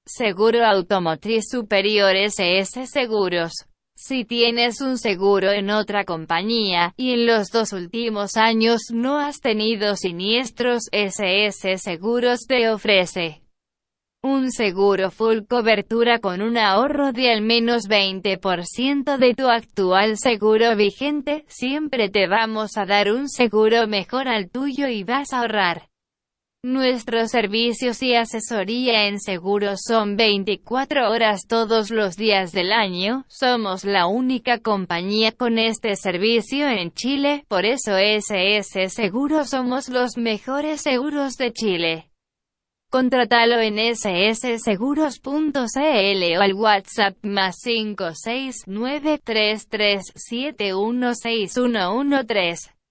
Seguro automotriz superior SS Seguros. Si tienes un seguro en otra compañía, y en los 2 últimos años no has tenido siniestros, SS Seguros te ofrece un seguro full cobertura con un ahorro de al menos 20% de tu actual seguro vigente. Siempre te vamos a dar un seguro mejor al tuyo y vas a ahorrar. Nuestros servicios y asesoría en seguros son 24 horas todos los días del año. Somos la única compañía con este servicio en Chile, por eso SS Seguros somos los mejores seguros de Chile. Contrátalo en ssseguros.cl o al WhatsApp +56933716113.